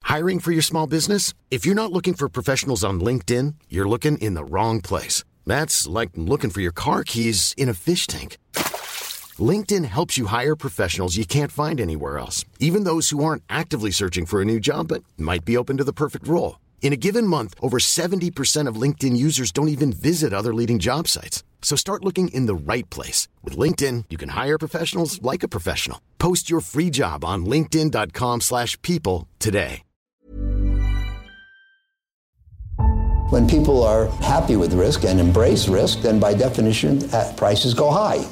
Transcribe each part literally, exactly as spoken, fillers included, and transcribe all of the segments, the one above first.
Hiring for your small business? If you're not looking for professionals on LinkedIn, you're looking in the wrong place. That's like looking for your car keys in a fish tank. LinkedIn helps you hire professionals you can't find anywhere else, even those who aren't actively searching for a new job but might be open to the perfect role. In a given month, over seventy percent of LinkedIn users don't even visit other leading job sites. So start looking in the right place. With LinkedIn, you can hire professionals like a professional. Post your free job on linkedin dot com slash people today. When people are happy with risk and embrace risk, then by definition, uh, prices go high.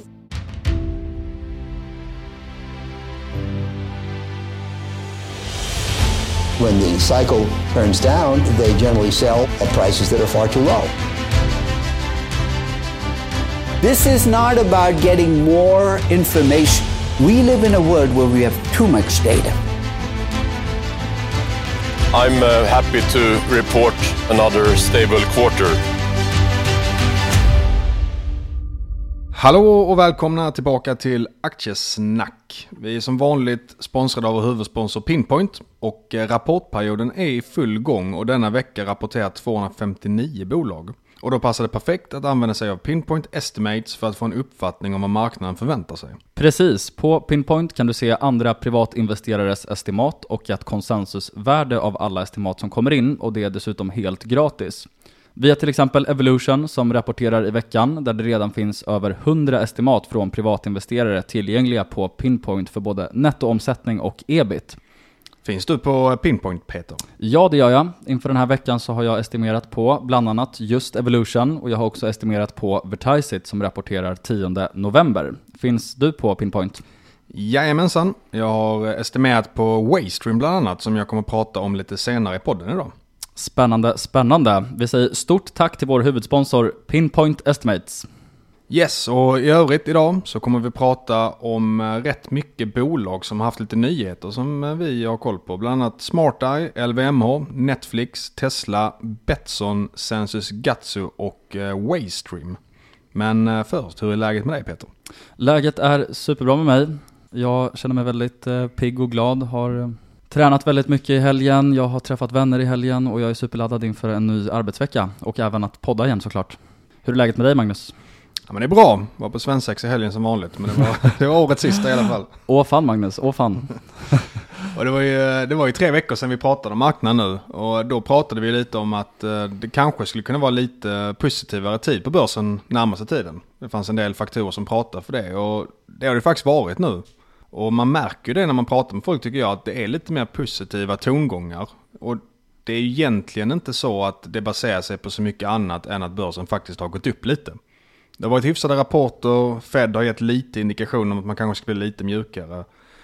When the cycle turns down, they generally sell at prices that are far too low. This is not about getting more information. We live in a world where we have too much data. I'm uh, happy to report another stable quarter. Hallå och välkomna tillbaka till Aktiesnack. Vi är som vanligt sponsrade av vår huvudsponsor Pinpoint och rapportperioden är i full gång och denna vecka rapporterar tvåhundrafemtionio bolag. Och då passar det perfekt att använda sig av Pinpoint Estimates för att få en uppfattning om vad marknaden förväntar sig. Precis, på Pinpoint kan du se andra privatinvesterares estimat och ett konsensusvärde av alla estimat som kommer in, och det är dessutom helt gratis. Vi har till exempel Evolution som rapporterar i veckan där det redan finns över hundra estimat från privatinvesterare tillgängliga på Pinpoint för både nettoomsättning och ebit. Finns du på Pinpoint, Peter? Ja, det gör jag. Inför den här veckan så har jag estimerat på bland annat just Evolution, och jag har också estimerat på Vertiseit som rapporterar tionde november. Finns du på Pinpoint? Jajamensan. Jag har estimerat på Waystream bland annat som jag kommer att prata om lite senare i podden idag. Spännande, spännande. Vi säger stort tack till vår huvudsponsor Pinpoint Estimates. Yes, och i övrigt idag så kommer vi prata om rätt mycket bolag som har haft lite nyheter som vi har koll på. Bland annat SmartEye, L V M H, Netflix, Tesla, Betsson, Sensus Gatsu och Waystream. Men först, hur är läget med dig, Peter? Läget är superbra med mig. Jag känner mig väldigt pigg och glad. Har tränat väldigt mycket i helgen. Jag har träffat vänner i helgen och jag är superladdad inför en ny arbetsvecka. Och även att podda igen såklart. Hur är läget med dig, Magnus? Ja, men det är bra. Jag var på Svensex i helgen som vanligt. Men det var, det var årets sista i alla fall. Åh fan, Magnus, åh fan. Och det var, ju, det var ju tre veckor sedan vi pratade om marknaden nu. Och då pratade vi lite om att det kanske skulle kunna vara lite positivare tid på börsen närmaste tiden. Det fanns en del faktorer som pratade för det. Och det har det faktiskt varit nu. Och man märker ju det när man pratar med folk, tycker jag, att det är lite mer positiva tongångar. Och det är ju egentligen inte så att det baserar sig på så mycket annat än att börsen faktiskt har gått upp lite. Det har varit hyfsade rapporter, Fed har gett lite indikation om att man kanske ska bli lite mjukare.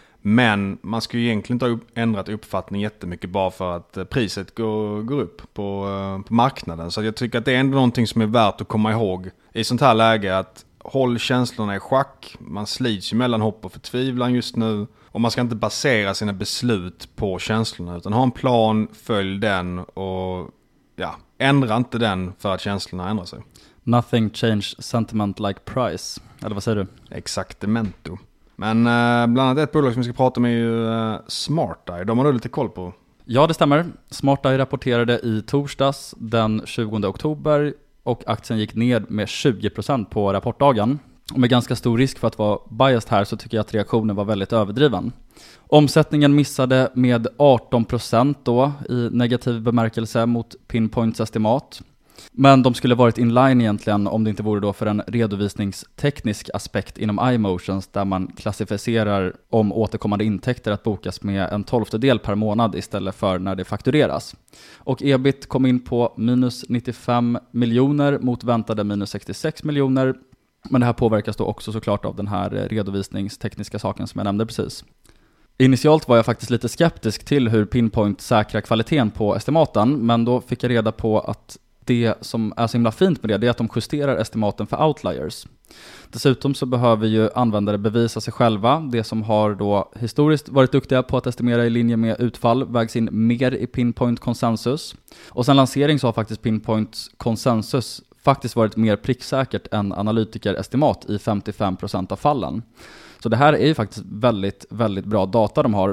Men man ska ju egentligen inte ha ändrat uppfattning jättemycket bara för att priset går, går upp på, på marknaden. Så jag tycker att det är ändå någonting som är värt att komma ihåg i sånt här läge, att håll känslorna i schack. Man slits ju mellan hopp och förtvivlan just nu. Och man ska inte basera sina beslut på känslorna, utan ha en plan, följ den och ja, ändra inte den för att känslorna ändrar sig. Nothing change sentiment like price. Eller vad säger du? Exaktemento. Men eh, bland annat ett bolag som vi ska prata om är ju eh, SmartEye. De har du lite koll på. Ja, det stämmer. SmartEye rapporterade i torsdags den tjugonde oktober och aktien gick ned med tjugo procent på rapportdagen. Och med ganska stor risk för att vara biased här så tycker jag att reaktionen var väldigt överdriven. Omsättningen missade med arton procent då i negativ bemärkelse mot Pinpoints estimat. Men de skulle varit inline egentligen om det inte vore då för en redovisningsteknisk aspekt inom iMotions där man klassificerar om återkommande intäkter att bokas med en tolftedel per månad istället för när det faktureras. Och ebit kom in på minus nittiofem miljoner mot väntade minus sextiosex miljoner. Men det här påverkas då också såklart av den här redovisningstekniska saken som jag nämnde precis. Initialt var jag faktiskt lite skeptisk till hur Pinpoint säkrar kvaliteten på estimaten, men då fick jag reda på att det som är så himla fint med det, det är att de justerar estimaten för outliers. Dessutom så behöver ju användare bevisa sig själva. Det som har då historiskt varit duktiga på att estimera i linje med utfall vägs in mer i Pinpoint konsensus. Och sen lansering så har faktiskt Pinpoint konsensus faktiskt varit mer pricksäkert än analytikerestimat i femtiofem procent av fallen. Så det här är ju faktiskt väldigt, väldigt bra data de har.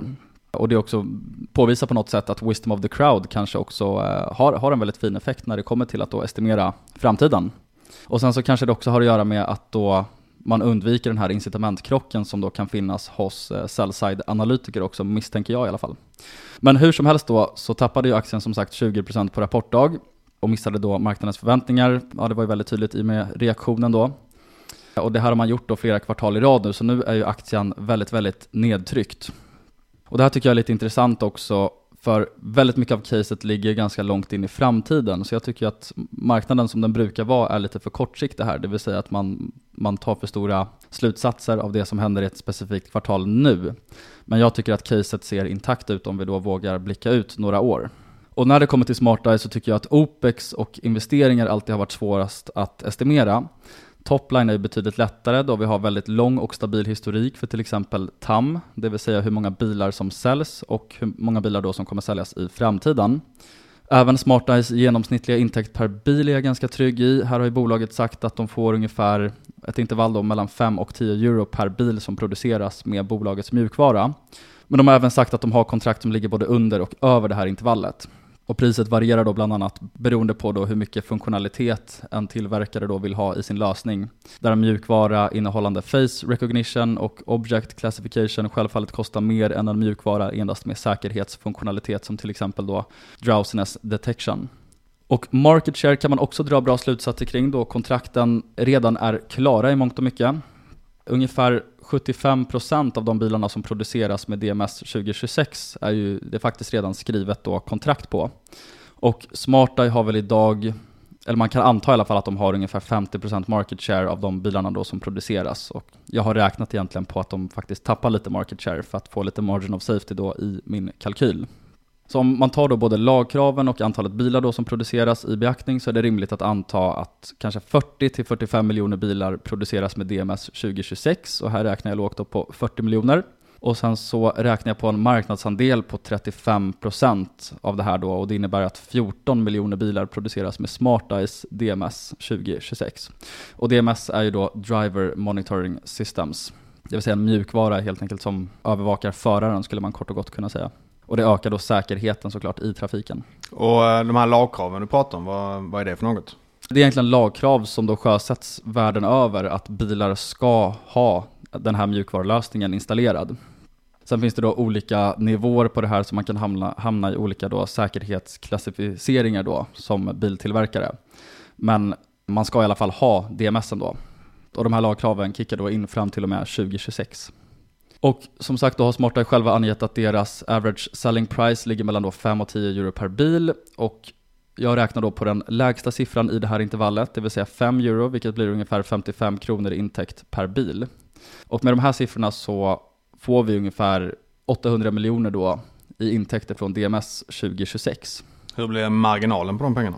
Och det också påvisar på något sätt att wisdom of the crowd kanske också eh, har, har en väldigt fin effekt när det kommer till att då estimera framtiden. Och sen så kanske det också har att göra med att då man undviker den här incitamentkrocken som då kan finnas hos eh, sell-side-analytiker också, misstänker jag i alla fall. Men hur som helst då så tappade ju aktien som sagt tjugo procent på rapportdag och missade då marknadens förväntningar. Ja, det var ju väldigt tydligt i med reaktionen då. Och det här har man gjort då flera kvartal i rad nu, så nu är ju aktien väldigt, väldigt nedtryckt. Och det här tycker jag är lite intressant också, för väldigt mycket av caset ligger ganska långt in i framtiden. Så jag tycker att marknaden som den brukar vara är lite för kortsiktig här. Det vill säga att man, man tar för stora slutsatser av det som händer i ett specifikt kvartal nu. Men jag tycker att caset ser intakt ut om vi då vågar blicka ut några år. Och när det kommer till SmartEye så tycker jag att OPEX och investeringar alltid har varit svårast att estimera. Topline är ju betydligt lättare då vi har väldigt lång och stabil historik för till exempel T A M, det vill säga hur många bilar som säljs och hur många bilar då som kommer säljas i framtiden. Även SmartEyes genomsnittliga intäkt per bil är jag ganska trygg i. Här har ju bolaget sagt att de får ungefär ett intervall då mellan fem och tio euro per bil som produceras med bolagets mjukvara. Men de har även sagt att de har kontrakt som ligger både under och över det här intervallet. Och priset varierar då bland annat beroende på då hur mycket funktionalitet en tillverkare då vill ha i sin lösning. Där en mjukvara innehållande face recognition och object classification självfallet kostar mer än en mjukvara endast med säkerhetsfunktionalitet som till exempel då drowsiness detection. Och market share kan man också dra bra slutsatser kring då kontrakten redan är klara i mångt och mycket. Ungefär sjuttiofem procent av de bilarna som produceras med D M S tjugo tjugosex är ju det faktiskt redan skrivet då kontrakt på. Och SmartEye har väl idag, eller man kan anta i alla fall att de har ungefär femtio procent market share av de bilarna då som produceras. Och jag har räknat egentligen på att de faktiskt tappar lite market share för att få lite margin of safety då i min kalkyl. Så om man tar då både lagkraven och antalet bilar då som produceras i beaktning så är det rimligt att anta att kanske fyrtio till fyrtiofem miljoner bilar produceras med D M S tjugo tjugosex och här räknar jag lågt då på fyrtio miljoner. Och sen så räknar jag på en marknadsandel på trettiofem procent av det här då och det innebär att fjorton miljoner bilar produceras med SmartEyes D M S tjugo tjugosex. Och D M S är ju då Driver Monitoring Systems, det vill säga en mjukvara helt enkelt som övervakar föraren skulle man kort och gott kunna säga. Och det ökar då säkerheten såklart i trafiken. Och de här lagkraven du pratar om, vad, vad är det för något? Det är egentligen lagkrav som då sjösätts världen över att bilar ska ha den här mjukvarulösningen installerad. Sen finns det då olika nivåer på det här som man kan hamna, hamna i olika då säkerhetsklassificeringar då som biltillverkare. Men man ska i alla fall ha D M S:en då. Och de här lagkraven kickar då in fram till och med tjugo tjugosex. Och som sagt då har SmartEye själva angett att deras average selling price ligger mellan då fem och tio euro per bil. Och jag räknar då på den lägsta siffran i det här intervallet, det vill säga fem euro, vilket blir ungefär femtiofem kronor i intäkt per bil. Och med de här siffrorna så får vi ungefär åttahundra miljoner då i intäkter från D M S tjugo tjugosex. Hur blir marginalen på de pengarna?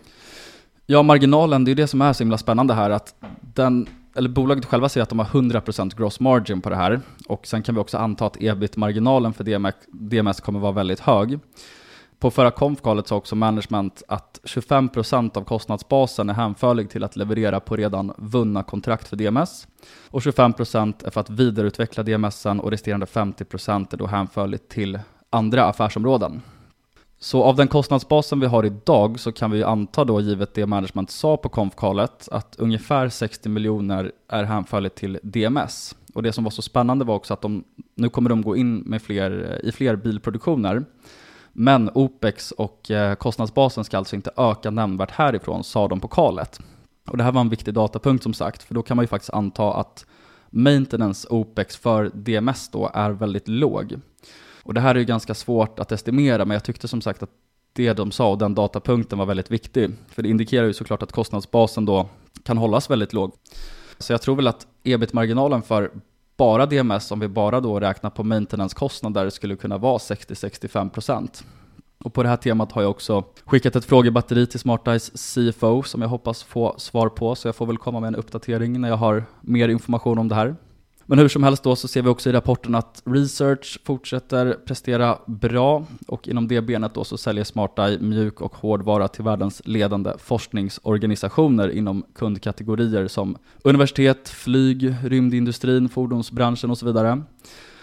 Ja, marginalen, det är det som är så himla spännande här, att den, eller bolaget själva säger att de har hundra procent gross margin på det här. Och sen kan vi också anta att E B I T-marginalen för D M S kommer vara väldigt hög. På förra konfkalet sa också management att tjugofem procent av kostnadsbasen är hänförlig till att leverera på redan vunna kontrakt för D M S. Och tjugofem procent är för att vidareutveckla D M S:en och resterande femtio procent är då hänförligt till andra affärsområden. Så av den kostnadsbasen vi har idag så kan vi anta då, givet det management sa på konfkalet, att ungefär sextio miljoner är hänförligt till D M S. Och det som var så spännande var också att de, nu kommer de gå in med fler, i fler bilproduktioner. Men OPEX och eh, kostnadsbasen ska alltså inte öka nämnvärt härifrån, sa de på kalet. Och det här var en viktig datapunkt som sagt, för då kan man ju faktiskt anta att maintenance OPEX för D M S då är väldigt låg. Och det här är ju ganska svårt att estimera, men jag tyckte som sagt att det de sa och den datapunkten var väldigt viktig. För det indikerar ju såklart att kostnadsbasen då kan hållas väldigt låg. Så jag tror väl att E B I T-marginalen för bara D M S, om vi bara då räknar på maintenance-kostnader, skulle kunna vara sextio till sextiofem procent. Och på det här temat har jag också skickat ett frågebatteri till SmartEyes C F O som jag hoppas få svar på, så jag får väl komma med en uppdatering när jag har mer information om det här. Men hur som helst då så ser vi också i rapporten att research fortsätter prestera bra, och inom det benet då så säljer SmartEye mjuk- och hårdvara till världens ledande forskningsorganisationer inom kundkategorier som universitet, flyg, rymdindustrin, fordonsbranschen och så vidare.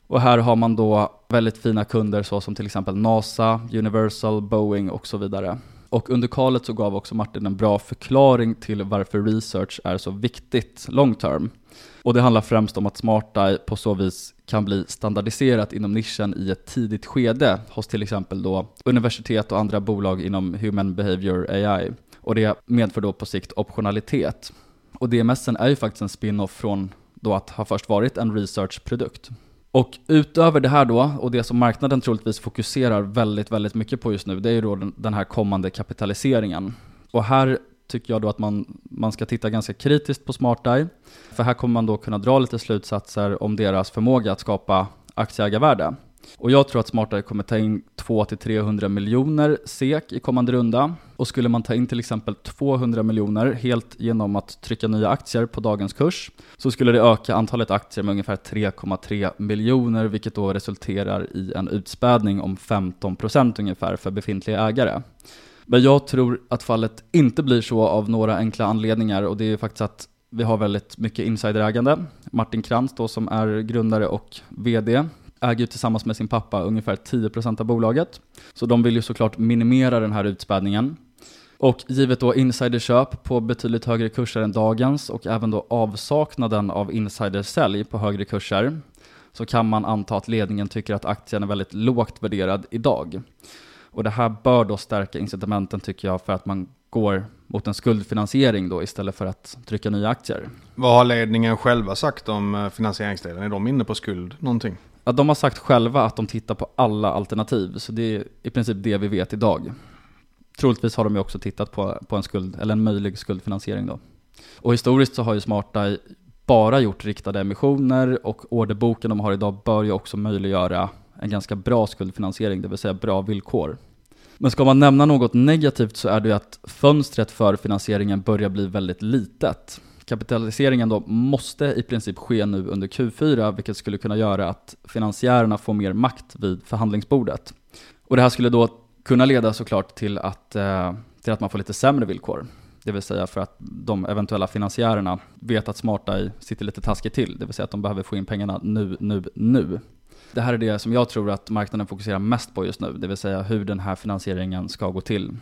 Och här har man då väldigt fina kunder så som till exempel NASA, Universal, Boeing och så vidare. Och under callet så gav också Martin en bra förklaring till varför research är så viktigt long term. Och det handlar främst om att SmartEye på så vis kan bli standardiserat inom nischen i ett tidigt skede hos till exempel då universitet och andra bolag inom Human Behavior A I. Och det medför då på sikt optionalitet. Och D M S är ju faktiskt en spin-off från då att ha först varit en research-produkt. Och utöver det här då, och det som marknaden troligtvis fokuserar väldigt, väldigt mycket på just nu, det är ju då den, den här kommande kapitaliseringen. Och här tycker jag då att man, man ska titta ganska kritiskt på SmartEye. För här kommer man då kunna dra lite slutsatser om deras förmåga att skapa aktieägarvärde. Och jag tror att SmartEye kommer ta in två till trehundra miljoner S E K i kommande runda. Och skulle man ta in till exempel tvåhundra miljoner helt genom att trycka nya aktier på dagens kurs, så skulle det öka antalet aktier med ungefär tre komma tre miljoner, vilket då resulterar i en utspädning om femton procent ungefär för befintliga ägare. Men jag tror att fallet inte blir så av några enkla anledningar, och det är faktiskt att vi har väldigt mycket insiderägande. Martin Krantz då, som är grundare och vd, äger tillsammans med sin pappa ungefär tio procent av bolaget. Så de vill ju såklart minimera den här utspädningen. Och givet då insiderköp på betydligt högre kurser än dagens och även då avsaknaden av insidersälj på högre kurser, så kan man anta att ledningen tycker att aktien är väldigt lågt värderad idag. Och det här bör då stärka incitamenten, tycker jag, för att man går mot en skuldfinansiering då istället för att trycka nya aktier. Vad har ledningen själva sagt om finansieringsdelen? Är de inne på skuld någonting? Ja, de har sagt själva att de tittar på alla alternativ, så det är i princip det vi vet idag. Troligtvis har de ju också tittat på, på en skuld eller en möjlig skuldfinansiering då. Och historiskt så har ju SmartEye bara gjort riktade emissioner, och orderboken de har idag bör ju också möjliggöra en ganska bra skuldfinansiering, det vill säga bra villkor. Men ska man nämna något negativt så är det ju att fönstret för finansieringen börjar bli väldigt litet. Kapitaliseringen då måste i princip ske nu under Q fyra, vilket skulle kunna göra att finansiärerna får mer makt vid förhandlingsbordet. Och det här skulle då kunna leda såklart till att, eh, till att man får lite sämre villkor. Det vill säga för att de eventuella finansiärerna vet att SmartEye sitter lite taskigt till. Det vill säga att de behöver få in pengarna nu, nu, nu. Det här är det som jag tror att marknaden fokuserar mest på just nu. Det vill säga hur den här finansieringen ska gå till.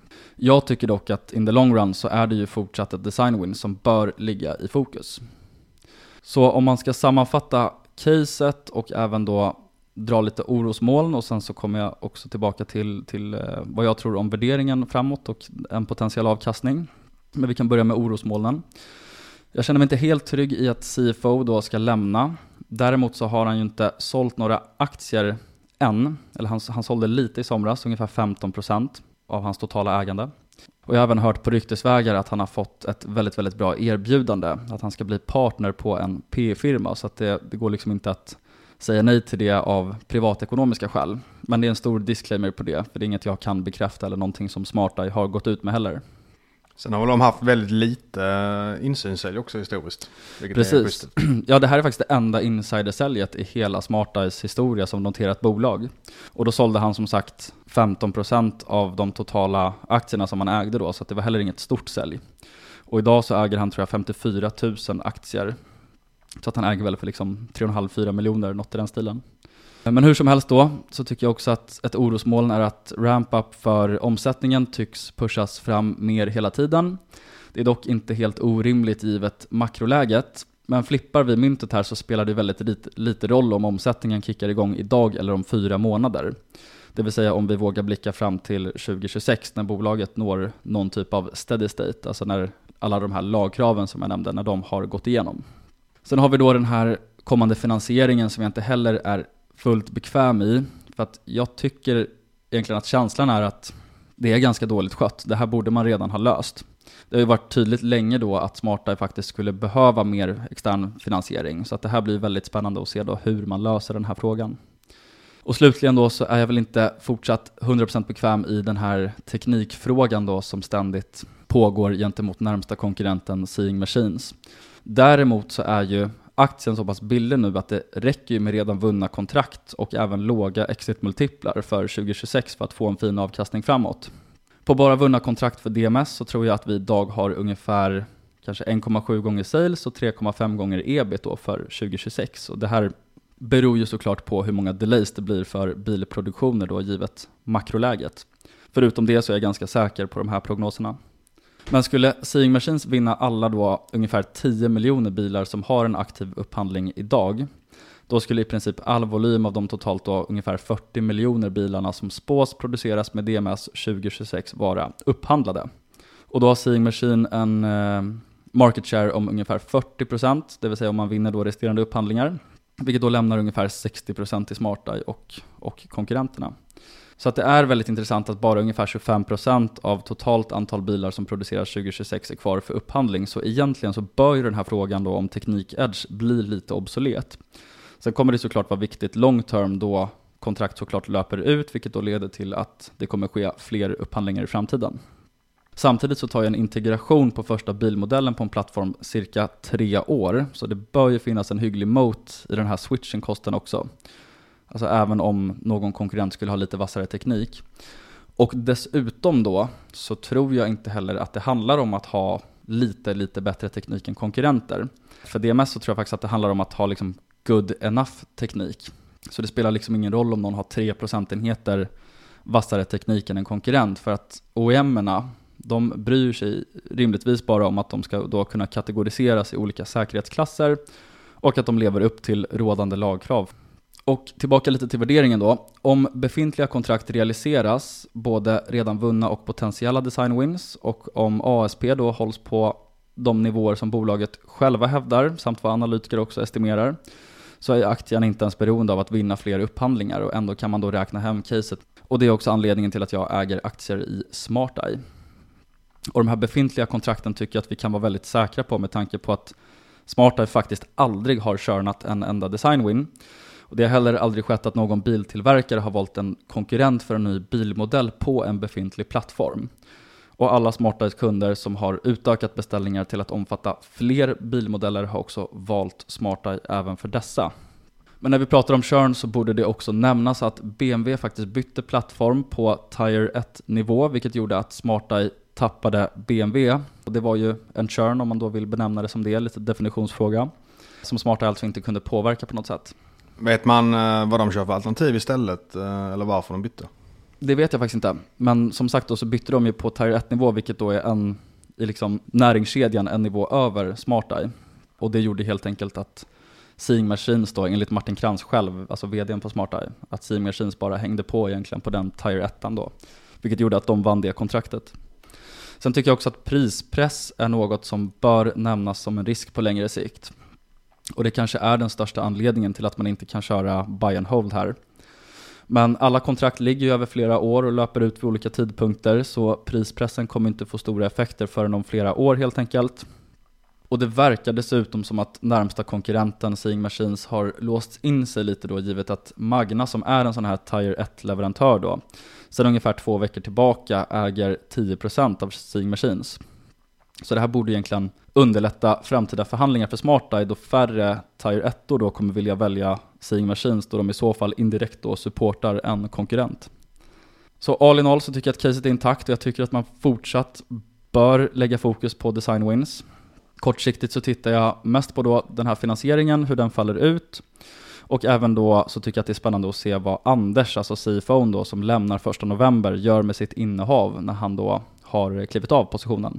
Jag tycker dock att in the long run så är det ju fortsatt ett design win som bör ligga i fokus. Så om man ska sammanfatta caset och även då dra lite orosmoln, och sen så kommer jag också tillbaka till, till vad jag tror om värderingen framåt och en potentiell avkastning. Men vi kan börja med orosmolnen. Jag känner mig inte helt trygg i att C F O då ska lämna. Däremot så har han ju inte sålt några aktier än. Eller han, han sålde lite i somras, ungefär femton procent av hans totala ägande. Och jag har även hört på ryktesvägar att han har fått ett väldigt, väldigt bra erbjudande. Att han ska bli partner på en P E-firma. Så att det, det går liksom inte att säga nej till det av privatekonomiska skäl. Men det är en stor disclaimer på det. För det är inget jag kan bekräfta eller någonting som SmartEye har gått ut med heller. Sen har väl de haft väldigt lite insynssälj också historiskt. Precis. Ja, det här är faktiskt det enda insidersäljet i hela SmartEyes historia som noterat bolag. Och då sålde han som sagt femton procent av de totala aktierna som han ägde då. Så att det var heller inget stort sälj. Och idag så äger han tror jag femtiofyra tusen aktier. Så att han äger väl för liksom tre komma fem till fyra miljoner, något i den stilen. Men hur som helst då, så tycker jag också att ett orosmoln är att ramp-up för omsättningen tycks pushas fram mer hela tiden. Det är dock inte helt orimligt givet makroläget. Men flippar vi myntet här så spelar det väldigt lite, lite roll om omsättningen kickar igång idag eller om fyra månader. Det vill säga om vi vågar blicka fram till tjugo tjugosex när bolaget når någon typ av steady state. Alltså när alla de här lagkraven som jag nämnde, när de har gått igenom. Sen har vi då den här kommande finansieringen som jag inte heller är fullt bekväm i. För att jag tycker egentligen att känslan är att det är ganska dåligt skött. Det här borde man redan ha löst. Det har ju varit tydligt länge då att SmartEye faktiskt skulle behöva mer extern finansiering. Så att det här blir väldigt spännande att se då hur man löser den här frågan. Och slutligen då så är jag väl inte fortsatt hundra procent bekväm i den här teknikfrågan då som ständigt pågår gentemot närmsta konkurrenten Seeing Machines. Däremot så är ju aktien så pass billig nu att det räcker ju med redan vunna kontrakt och även låga exit-multiplar för tjugo tjugosex för att få en fin avkastning framåt. På bara vunna kontrakt för D M S så tror jag att vi idag har ungefär kanske en komma sju gånger sales och tre komma fem gånger ebit då för tjugo tjugosex. Och det här beror ju såklart på hur många delays det blir för bilproduktioner då, givet makroläget. Förutom det så är jag ganska säker på de här prognoserna. Men skulle Seeing Machines vinna alla då ungefär tio miljoner bilar som har en aktiv upphandling idag, då skulle i princip all volym av de totalt då ungefär fyrtio miljoner bilarna som spås produceras med D M S tjugo tjugosex vara upphandlade. Och då har Seeing Machine en eh, market share om ungefär fyrtio procent, det vill säga om man vinner då resterande upphandlingar, vilket då lämnar ungefär sextio procent till SmartEye och, och konkurrenterna. Så att det är väldigt intressant att bara ungefär tjugofem procent av totalt antal bilar som produceras tjugo tjugosex är kvar för upphandling. Så egentligen så bör ju den här frågan då om teknik-edge bli lite obsolet. Sen kommer det såklart vara viktigt long term då kontrakt såklart löper ut, vilket då leder till att det kommer ske fler upphandlingar i framtiden. Samtidigt så tar jag en integration på första bilmodellen på en plattform cirka tre år. Så det bör ju finnas en hygglig moat i den här switching-kosten också. Alltså även om någon konkurrent skulle ha lite vassare teknik. Och dessutom då så tror jag inte heller att det handlar om att ha lite, lite bättre teknik än konkurrenter. För D M S så tror jag faktiskt att det handlar om att ha liksom good enough teknik. Så det spelar liksom ingen roll om någon har tre procentenheter vassare teknik än en konkurrent. För att O E M-erna, de bryr sig rimligtvis bara om att de ska då kunna kategoriseras i olika säkerhetsklasser och att de lever upp till rådande lagkrav. Och tillbaka lite till värderingen då. Om befintliga kontrakt realiseras, både redan vunna och potentiella design wins, och om A S P då hålls på de nivåer som bolaget själva hävdar samt vad analytiker också estimerar, så är aktien inte ens beroende av att vinna fler upphandlingar, och ändå kan man då räkna hem caset. Och det är också anledningen till att jag äger aktier i SmartEye. Och de här befintliga kontrakten tycker jag att vi kan vara väldigt säkra på med tanke på att SmartEye faktiskt aldrig har körnat en enda design win. Och det har heller aldrig skett att någon biltillverkare har valt en konkurrent för en ny bilmodell på en befintlig plattform. Och alla SmartEyes kunder som har utökat beställningar till att omfatta fler bilmodeller har också valt SmartEye även för dessa. Men när vi pratar om churn så borde det också nämnas att B M W faktiskt bytte plattform på Tier ett-nivå, vilket gjorde att SmartEye tappade B M W. Och det var ju en churn, om man då vill benämna det som det, lite definitionsfråga, som SmartEye alltså inte kunde påverka på något sätt. Vet man uh, vad de kör för alternativ istället, uh, eller varför de bytte? Det vet jag faktiskt inte. Men som sagt då så bytte de ju på Tier ett-nivå, vilket då är en i liksom näringskedjan en nivå över SmartEye. Och det gjorde helt enkelt att Seeing Machines då, enligt Martin Krantz själv, alltså vdn på SmartEye, att Seeing Machines bara hängde på egentligen på den Tier ett-an då. Vilket gjorde att de vann det kontraktet. Sen tycker jag också att prispress är något som bör nämnas som en risk på längre sikt. Och det kanske är den största anledningen till att man inte kan köra buy and hold här. Men alla kontrakt ligger ju över flera år och löper ut vid olika tidpunkter, så prispressen kommer inte få stora effekter förrän om flera år helt enkelt. Och det verkar dessutom som att närmsta konkurrenten Seeing Machines har låst in sig lite då, givet att Magna, som är en sån här Tier ett-leverantör då, sedan ungefär två veckor tillbaka äger tio procent av Seeing Machines. Så det här borde egentligen underlätta framtida förhandlingar för SmartEye, då färre Tier ett då kommer vilja välja Seeing Machines, då de i så fall indirekt då supportar en konkurrent. Så all in all så tycker jag att caset är intakt, och jag tycker att man fortsatt bör lägga fokus på design wins. Kortsiktigt så tittar jag mest på då den här finansieringen, hur den faller ut. Och även då så tycker jag att det är spännande att se vad Anders, alltså C F O då, som lämnar första november, gör med sitt innehav när han då har klivit av positionen.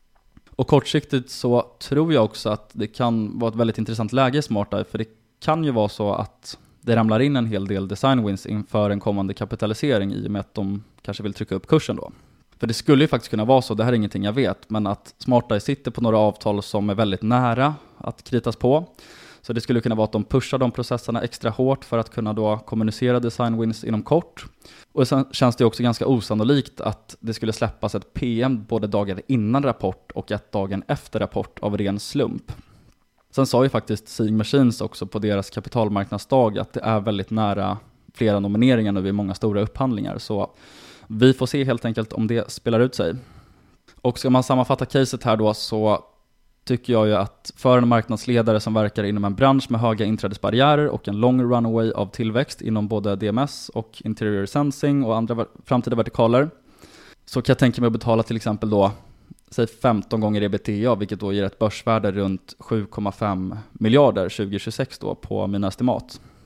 Och kortsiktigt så tror jag också att det kan vara ett väldigt intressant läge i SmartEye, för det kan ju vara så att det ramlar in en hel del design wins inför en kommande kapitalisering, i och med att de kanske vill trycka upp kursen då. För det skulle ju faktiskt kunna vara så, det här är ingenting jag vet, men att SmartEye sitter på några avtal som är väldigt nära att kritas på. Så det skulle kunna vara att de pushar de processerna extra hårt för att kunna då kommunicera design wins inom kort. Och sen känns det också ganska osannolikt att det skulle släppas ett P M både dagen innan rapport och ett dagen efter rapport av ren slump. Sen sa ju faktiskt Seeing Machines också på deras kapitalmarknadsdag att det är väldigt nära flera nomineringar nu vid många stora upphandlingar. Så vi får se helt enkelt om det spelar ut sig. Och ska man sammanfatta caset här då, så tycker jag ju att för en marknadsledare som verkar inom en bransch med höga inträdesbarriärer och en lång runaway av tillväxt inom både D M S och interior sensing och andra framtida vertikaler, så kan jag tänka mig att betala till exempel då säg femton gånger ebitda, vilket då ger ett börsvärde runt sju komma fem miljarder tjugo tjugosex då på mina estimat.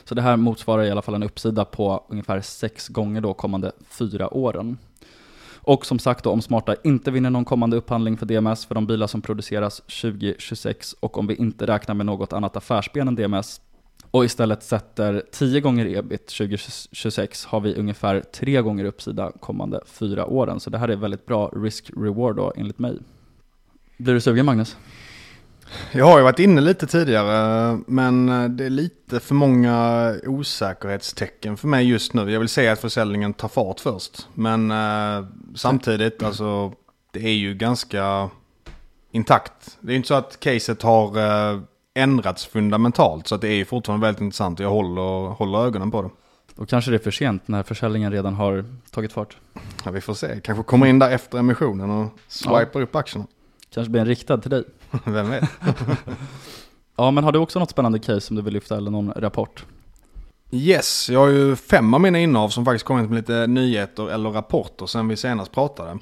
Så det här motsvarar i alla fall en uppsida på ungefär sex gånger då kommande fyra åren. Och som sagt då, om Smarta inte vinner någon kommande upphandling för D M S för de bilar som produceras tjugo tjugosex och om vi inte räknar med något annat affärsben än D M S och istället sätter tio gånger ebit tjugo tjugosex har vi ungefär tre gånger uppsida kommande fyra åren. Så det här är väldigt bra risk-reward då enligt mig. Blir du sugen, Magnus? Jag har ju varit inne lite tidigare, men det är lite för många osäkerhetstecken för mig just nu. Jag vill säga att försäljningen tar fart först, men eh, samtidigt, alltså, det är ju ganska intakt. Det är inte så att caset har eh, ändrats fundamentalt, så att det är ju fortfarande väldigt intressant och jag håller, håller ögonen på det. Då kanske det är för sent när försäljningen redan har tagit fart. Ja, vi får se. Kanske kommer in där efter emissionen och swipar ja. upp aktierna. Kanske blir en riktad till dig. Vem vet? Ja, men har du också något spännande case som du vill lyfta eller någon rapport? Yes, jag har ju fem av mina innehav som faktiskt kommit med lite nyheter eller rapporter sen vi senast pratade.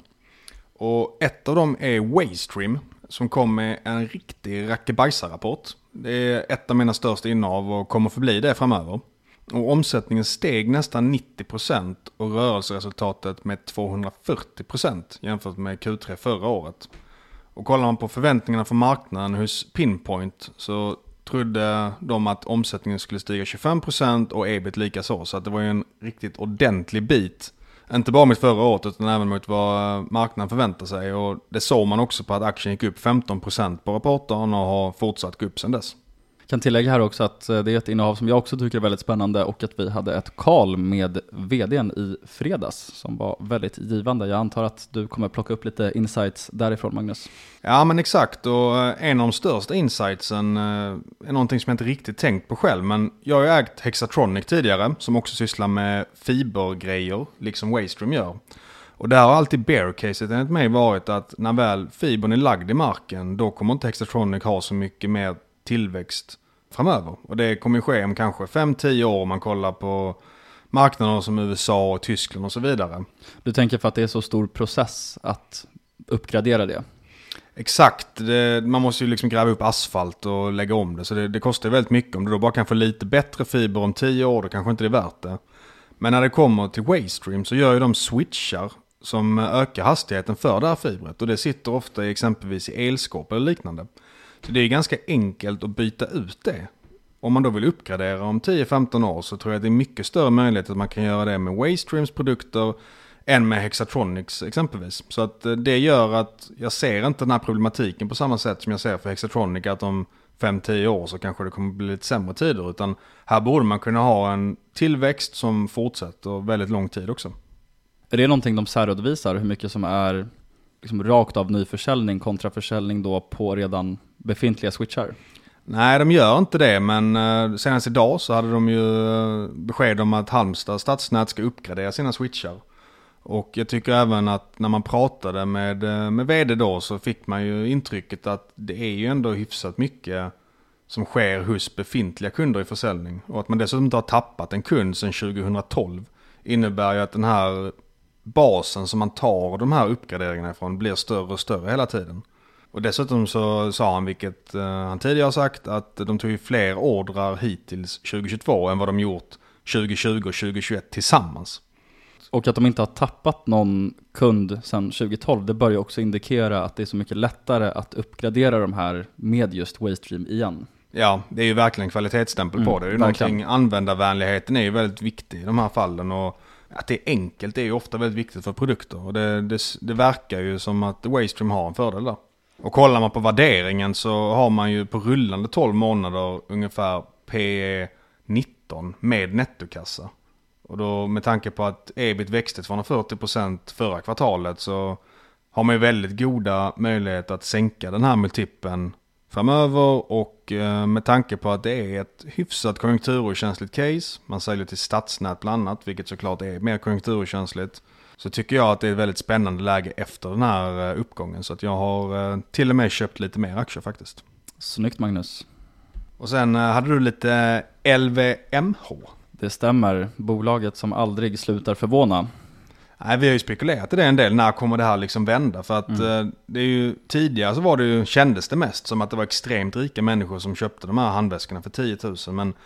Och ett av dem är Waystream som kom med en riktig rackebajsar-rapport. Det är ett av mina största innehav och kommer förbli det framöver. Och omsättningen steg nästan nittio procent och rörelseresultatet med tvåhundrafyrtio procent jämfört med Q tre förra året. Och kollar man på förväntningarna för marknaden hos Pinpoint så trodde de att omsättningen skulle stiga tjugofem procent och ebit lika så. Så att det var ju en riktigt ordentlig bit. Inte bara mot förra året utan även mot vad marknaden förväntar sig. Och det såg man också på att aktien gick upp femton procent på rapporten och har fortsatt gå upp sedan dess. Jag kan tillägga här också att det är ett innehav som jag också tycker är väldigt spännande och att vi hade ett call med vdn i fredags som var väldigt givande. Jag antar att du kommer plocka upp lite insights därifrån, Magnus. Ja, men exakt, och en av de största insightsen är någonting som jag inte riktigt tänkt på själv, men jag har ju ägt Hexatronic tidigare som också sysslar med fibergrejer liksom Waystream gör. Och där har alltid bear caset enligt mig varit att när väl fibern är lagd i marken då kommer inte Hexatronic ha så mycket mer tillväxt framöver. Och det kommer ju ske om kanske fem till tio år om man kollar på marknader som U S A och Tyskland och så vidare. Du tänker för att det är så stor process att uppgradera det? Exakt, det, man måste ju liksom gräva upp asfalt och lägga om det. Så det, det kostar väldigt mycket. Om du då bara kan få lite bättre fiber om tio år, då kanske inte det är värt det. Men när det kommer till Waystream så gör ju de switchar som ökar hastigheten för det här fibret. Och det sitter ofta i exempelvis i elskåp eller liknande. Så det är ganska enkelt att byta ut det. Om man då vill uppgradera om tio till femton år så tror jag att det är mycket större möjlighet att man kan göra det med Waystreams produkter än med Hexatronics exempelvis. Så att det gör att jag ser inte den här problematiken på samma sätt som jag ser för Hexatronic att om fem till tio år så kanske det kommer bli lite sämre tider. Utan här borde man kunna ha en tillväxt som fortsätter väldigt lång tid också. Är det någonting de särredovisar hur mycket som är liksom rakt av nyförsäljning kontra försäljning då på redan befintliga switchar? Nej, de gör inte det, men eh, senast idag så hade de ju eh, besked om att Halmstad stadsnät ska uppgradera sina switchar. Och jag tycker även att när man pratade med, eh, med vd då så fick man ju intrycket att det är ju ändå hyfsat mycket som sker hos befintliga kunder i försäljning. Och att man dessutom inte har tappat en kund sedan tjugohundratolv innebär ju att den här basen som man tar de här uppgraderingarna ifrån blir större och större hela tiden. Och dessutom så sa han, vilket uh, han tidigare har sagt, att de tog ju fler ordrar hittills tjugohundratjugotvå än vad de gjort tjugotjugo och tjugohundratjugoett tillsammans. Och att de inte har tappat någon kund sedan tjugotolv, det bör ju också indikera att det är så mycket lättare att uppgradera de här med just Waystream igen. Ja, det är ju verkligen en kvalitetsstämpel mm, på det. Det är ju någonting, användarvänligheten är ju väldigt viktig i de här fallen och att det är enkelt är ju ofta väldigt viktigt för produkter. Och det, det, det verkar ju som att Waystream har en fördel där. Och kollar man på värderingen så har man ju på rullande tolv månader ungefär P E nitton med nettokassa. Och då med tanke på att ebit växte tvåhundrafyrtio procent förra kvartalet så har man ju väldigt goda möjligheter att sänka den här multipeln framöver. Och med tanke på att det är ett hyfsat konjunkturokänsligt case, man säljer till stadsnät bland annat, vilket såklart är mer konjunkturokänsligt, så tycker jag att det är ett väldigt spännande läge efter den här uppgången. Så att jag har till och med köpt lite mer aktier faktiskt. Snyggt, Magnus. Och sen hade du lite L V M H. Det stämmer, bolaget som aldrig slutar förvåna. Nej, vi har ju spekulerat i det en del. När kommer det här liksom vända? För att mm. det är ju, tidigare så var det ju, kändes det mest som att det var extremt rika människor som köpte de här handväskorna för tio tusen. Men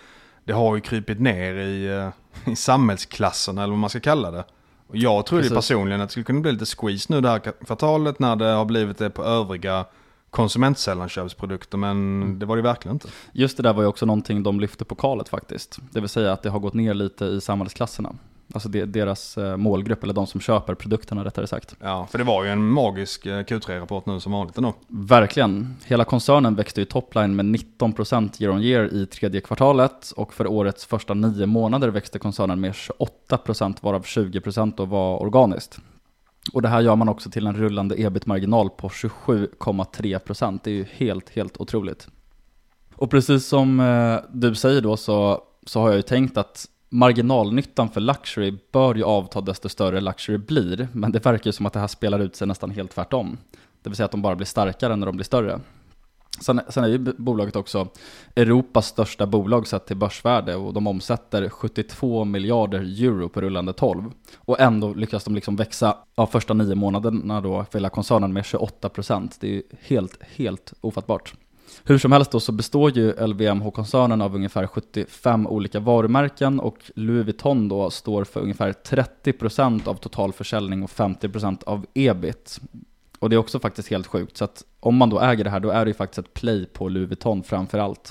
det har ju krypit ner i, i samhällsklassen eller vad man ska kalla det. Och jag tror det personligen att det skulle kunna bli lite squeeze nu det här kvartalet när det har blivit det på övriga konsumentsällanköpsprodukter, men mm. det var det verkligen inte. Just det där var ju också någonting de lyfte på kalet faktiskt. Det vill säga att det har gått ner lite i samhällsklasserna. Alltså det, deras målgrupp, eller de som köper produkterna rättare sagt. Ja, för det var ju en magisk Q tre-rapport nu som vanligt ändå. Verkligen. Hela koncernen växte ju topline med nitton procent year on year i tredje kvartalet, och för årets första nio månader växte koncernen med tjugoåtta procent, varav tjugo procent då var organiskt. Och det här gör man också till en rullande ebit-marginal på tjugosju komma tre procent. Det är ju helt, helt otroligt. Och precis som eh, du säger då så, så har jag ju tänkt att marginalnyttan för luxury bör ju avta desto större luxury blir. Men det verkar ju som att det här spelar ut sig nästan helt tvärtom. Det vill säga att de bara blir starkare när de blir större. Sen, sen är ju bolaget också Europas största bolag sett till börsvärde, och de omsätter sjuttiotvå miljarder euro på rullande tolv. Och ändå lyckas de liksom växa av första nio månaderna då för hela koncernen med tjugoåtta procent. Det är ju helt, helt ofattbart. Hur som helst då så består ju L V M H-koncernen av ungefär sjuttiofem olika varumärken, och Louis Vuitton då står för ungefär trettio procent av total försäljning och femtio procent av ebit. Och det är också faktiskt helt sjukt, så att om man då äger det här, då är det ju faktiskt ett play på Louis Vuitton framför allt.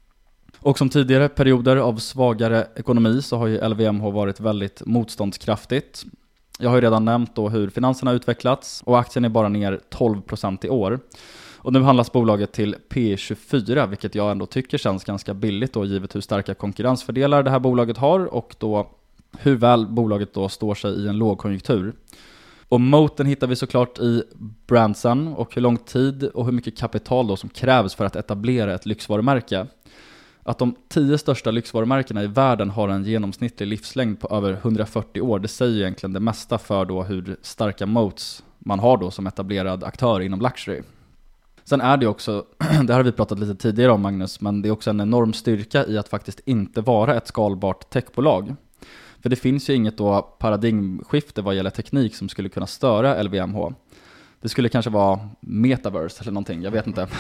Och som tidigare perioder av svagare ekonomi så har ju L V M H varit väldigt motståndskraftigt. Jag har ju redan nämnt då hur finanserna har utvecklats, och aktien är bara ner tolv procent i år. Och nu handlas bolaget till P E tjugofyra, vilket jag ändå tycker känns ganska billigt då, givet hur starka konkurrensfördelar det här bolaget har, och då hur väl bolaget då står sig i en lågkonjunktur. Och moten hittar vi såklart i brandsen, och hur lång tid och hur mycket kapital då som krävs för att etablera ett lyxvarumärke. Att de tio största lyxvarumärkena i världen har en genomsnittlig livslängd på över hundrafyrtio år, det säger egentligen det mesta för då hur starka moats man har då som etablerad aktör inom luxury. Sen är det också, det har vi pratat lite tidigare om Magnus, men det är också en enorm styrka i att faktiskt inte vara ett skalbart techbolag. För det finns ju inget då paradigmskifte vad gäller teknik som skulle kunna störa L V M H. Det skulle kanske vara metaverse eller någonting, jag vet inte.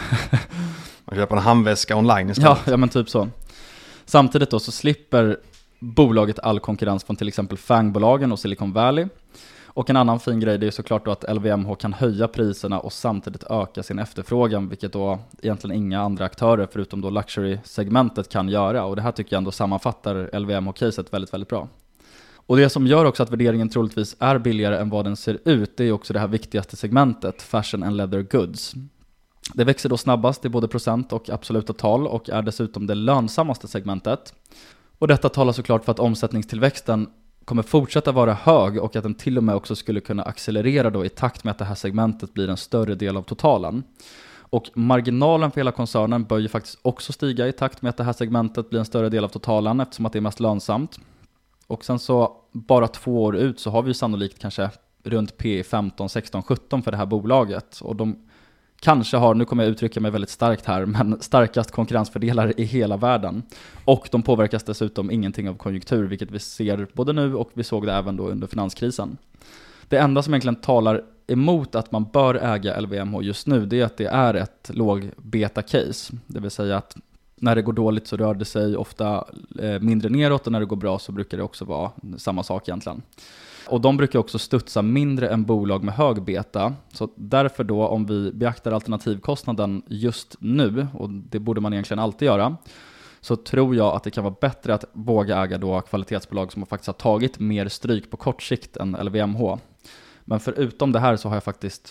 Man köper en handväska online istället. Ja, ja, men typ så. Samtidigt då så slipper bolaget all konkurrens från till exempel FANG-bolagen och Silicon Valley. Och en annan fin grej det är såklart då att L V M H kan höja priserna och samtidigt öka sin efterfrågan, vilket då egentligen inga andra aktörer förutom då luxury-segmentet kan göra. Och det här tycker jag ändå sammanfattar L V M H-caset väldigt, väldigt bra. Och det som gör också att värderingen troligtvis är billigare än vad den ser ut, det är också det här viktigaste segmentet, fashion and leather goods. Det växer då snabbast i både procent och absoluta tal och är dessutom det lönsammaste segmentet. Och detta talar såklart för att omsättningstillväxten kommer fortsätta vara hög, och att den till och med också skulle kunna accelerera då i takt med att det här segmentet blir en större del av totalen. Och marginalen för hela koncernen bör ju faktiskt också stiga i takt med att det här segmentet blir en större del av totalen, eftersom att det är mest lönsamt. Och sen så bara två år ut så har vi sannolikt kanske runt P femton, sexton, sjutton för det här bolaget. Och de kanske har, nu kommer jag uttrycka mig väldigt starkt här, men starkast konkurrensfördelar i hela världen. Och de påverkas dessutom ingenting av konjunktur, vilket vi ser både nu och vi såg det även då under finanskrisen. Det enda som egentligen talar emot att man bör äga L V M H just nu, det är att det är ett låg beta-case. Det vill säga att när det går dåligt så rör det sig ofta mindre neråt, och när det går bra så brukar det också vara samma sak egentligen. Och de brukar också studsa mindre än bolag med hög beta. Så därför då, om vi beaktar alternativkostnaden just nu, och det borde man egentligen alltid göra, så tror jag att det kan vara bättre att våga äga då kvalitetsbolag som faktiskt har tagit mer stryk på kort sikt än L V M H. Men förutom det här så har jag faktiskt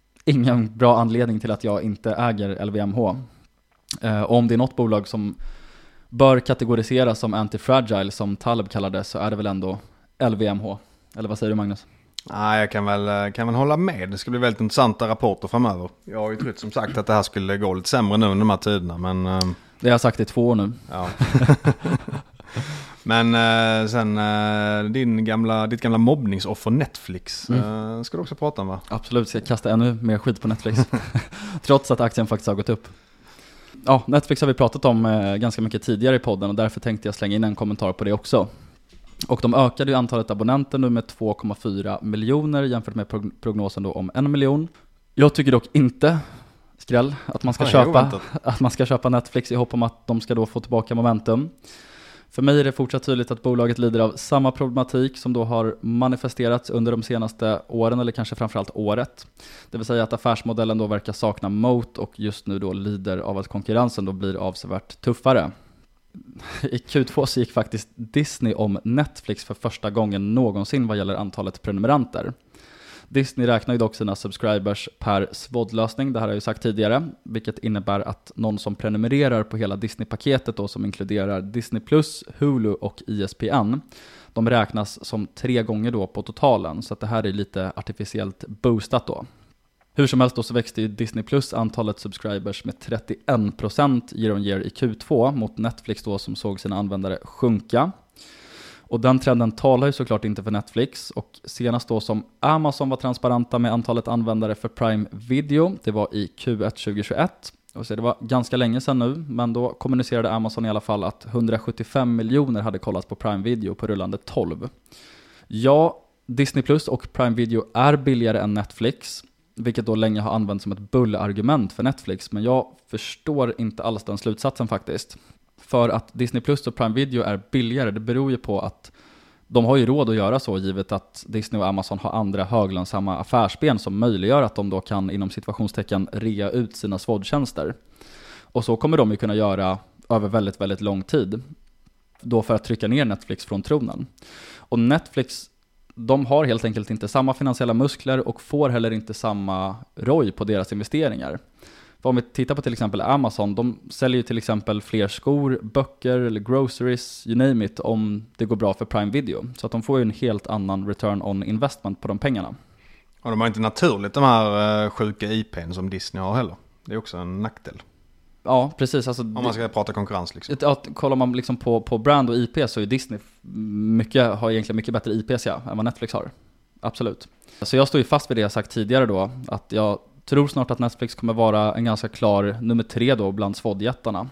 ingen bra anledning till att jag inte äger L V M H. Eh, och om det är något bolag som bör kategoriseras som anti-fragile, som Taleb kallar det, så är det väl ändå L V M H. Eller vad säger du, Magnus? Nej, jag kan väl, kan väl hålla med. Det ska bli väldigt intressanta rapporter framöver. Jag har ju trott som sagt att det här skulle gå lite sämre nu under de här tiderna, men... Uh... Det har jag sagt i två år nu. Ja. Men uh, sen uh, din gamla, ditt gamla mobbningsoffer Netflix mm. uh, ska du också prata om, va? Absolut, ska jag kasta ännu mer skit på Netflix. Trots att aktien faktiskt har gått upp. Ja, Netflix har vi pratat om uh, ganska mycket tidigare i podden, och därför tänkte jag slänga in en kommentar på det också. Och de ökade ju antalet abonnenter nu med två komma fyra miljoner jämfört med prognosen då om en miljon. Jag tycker dock inte, skräll, att man ska, köpa, att man ska köpa Netflix i hopp om att de ska då få tillbaka momentum. För mig är det fortsatt tydligt att bolaget lider av samma problematik som då har manifesterats under de senaste åren, eller kanske framförallt året. Det vill säga att affärsmodellen då verkar sakna moat och just nu då lider av att konkurrensen då blir avsevärt tuffare. I Q två så gick faktiskt Disney om Netflix för första gången någonsin vad gäller antalet prenumeranter. Disney räknar ju dock sina subscribers per S V O D-lösning, det här har jag ju sagt tidigare, vilket innebär att någon som prenumererar på hela Disney-paketet då, som inkluderar Disney plus, Hulu och E S P N, de räknas som tre gånger då på totalen, så att det här är lite artificiellt boostat då. Hur som helst då så växte ju Disney plus antalet subscribers med trettioen procent year on year i Q två mot Netflix då som såg sina användare sjunka. Och den trenden talar ju såklart inte för Netflix, och senast då som Amazon var transparenta med antalet användare för Prime Video, det var i Q ett tjugohundratjugoett. Och så det var ganska länge sedan nu, men då kommunicerade Amazon i alla fall att hundrasjuttiofem miljoner hade kollat på Prime Video på rullande tolv. Ja, Disney plus och Prime Video är billigare än Netflix, vilket då länge har använts som ett bullargument för Netflix, men jag förstår inte alls den slutsatsen faktiskt. För att Disney plus och Prime Video är billigare, det beror ju på att de har ju råd att göra så, givet att Disney och Amazon har andra höglönsamma affärsben som möjliggör att de då kan inom situationstecken rea ut sina S V O D-tjänster. Och så kommer de ju kunna göra över väldigt, väldigt lång tid, då för att trycka ner Netflix från tronen. Och Netflix, de har helt enkelt inte samma finansiella muskler och får heller inte samma R O I på deras investeringar. För om vi tittar på till exempel Amazon, de säljer ju till exempel fler skor, böcker eller groceries, you name it, om det går bra för Prime Video. Så att de får ju en helt annan return on investment på de pengarna. Och de har inte naturligt de här uh, sjuka I P:n som Disney har heller. Det är också en nackdel. Ja, precis. Alltså, om man ska prata konkurrens liksom. Ja, kollar man liksom på, på brand och I P så är Disney mycket, har egentligen mycket bättre I P ja, än vad Netflix har. Absolut. Så jag står ju fast vid det jag sagt tidigare då, att jag tror snart att Netflix kommer vara en ganska klar nummer tre då bland S V O D-jättarna.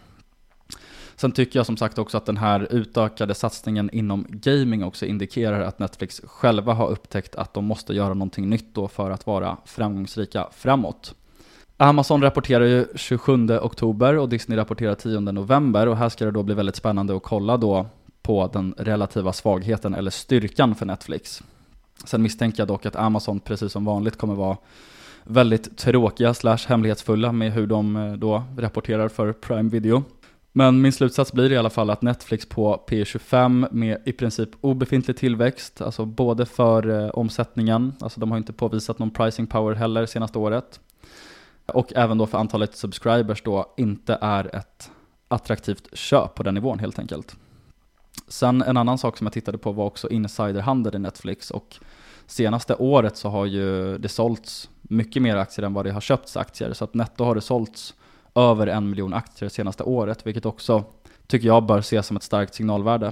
Sen tycker jag som sagt också att den här utökade satsningen inom gaming också indikerar att Netflix själva har upptäckt att de måste göra någonting nytt då för att vara framgångsrika framåt. Amazon rapporterar ju tjugosjunde oktober och Disney rapporterar tionde november, och här ska det då bli väldigt spännande att kolla då på den relativa svagheten eller styrkan för Netflix. Sen misstänker jag dock att Amazon precis som vanligt kommer vara väldigt tråkiga slash hemlighetsfulla med hur de då rapporterar för Prime Video. Men min slutsats blir i alla fall att Netflix på P tjugofem med i princip obefintlig tillväxt, alltså både för eh, omsättningen, alltså de har inte påvisat någon pricing power heller senaste året, och även då för antalet subscribers då inte är ett attraktivt köp på den nivån helt enkelt. Sen en annan sak som jag tittade på var också insiderhandel i Netflix, och senaste året så har ju det sålts mycket mer aktier än vad det har köpts aktier, så att netto har det sålts över en miljon aktier senaste året, vilket också tycker jag bör ses som ett starkt signalvärde.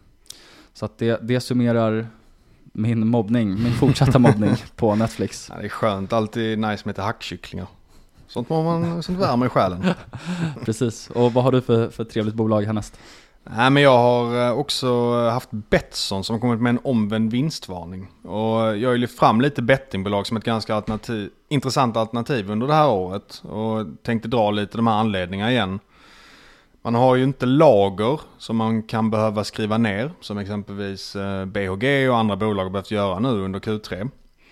Så att det, det summerar min mobbning, min fortsatta mobbning på Netflix. Ja, det är skönt, alltid nice med lite hackkycklingar. Sånt må man, sånt värmer i själen. Precis, och vad har du för, för trevligt bolag härnäst? Nej, men jag har också haft Betsson som har kommit med en omvänd vinstvarning. Och jag har ju lyft fram lite bettingbolag som ett ganska alternativ, intressant alternativ under det här året. Och tänkte dra lite de här anledningarna igen. Man har ju inte lager som man kan behöva skriva ner, som exempelvis B H G och andra bolag har behövt göra nu under Q tre.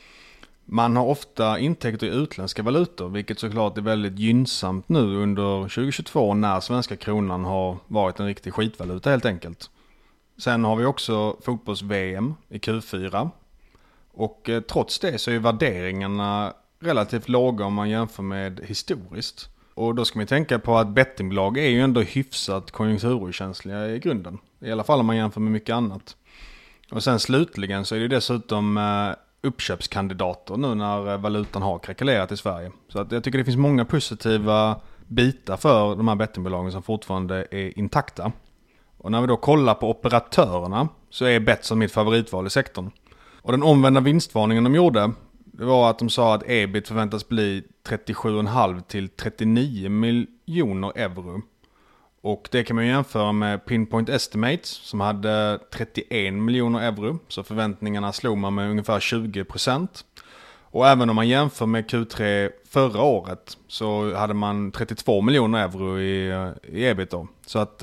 Man har ofta intäkter i utländska valutor, vilket såklart är väldigt gynnsamt nu under tjugohundratjugotvå när svenska kronan har varit en riktig skitvaluta helt enkelt. Sen har vi också fotbolls-V M i Q fyra, och eh, trots det så är värderingarna relativt låga om man jämför med historiskt. Och då ska man tänka på att bettingbolag är ju ändå hyfsat konjunkturkänsliga i grunden, i alla fall om man jämför med mycket annat. Och sen slutligen så är det dessutom eh, uppköpskandidater nu när valutan har krackelerat i Sverige. Så att jag tycker det finns många positiva bitar för de här bettingbolagen som fortfarande är intakta. Och när vi då kollar på operatörerna så är Betsson mitt favoritval i sektorn. Och den omvända vinstvarningen de gjorde, det var att de sa att E B I T förväntas bli trettiosju komma fem till trettionio miljoner euro. Och det kan man jämföra med Pinpoint Estimates som hade trettioen miljoner euro. Så förväntningarna slog man med ungefär tjugo procent. Och även om man jämför med Q tre förra året så hade man trettiotvå miljoner euro i, i E B I T då. Så att eh,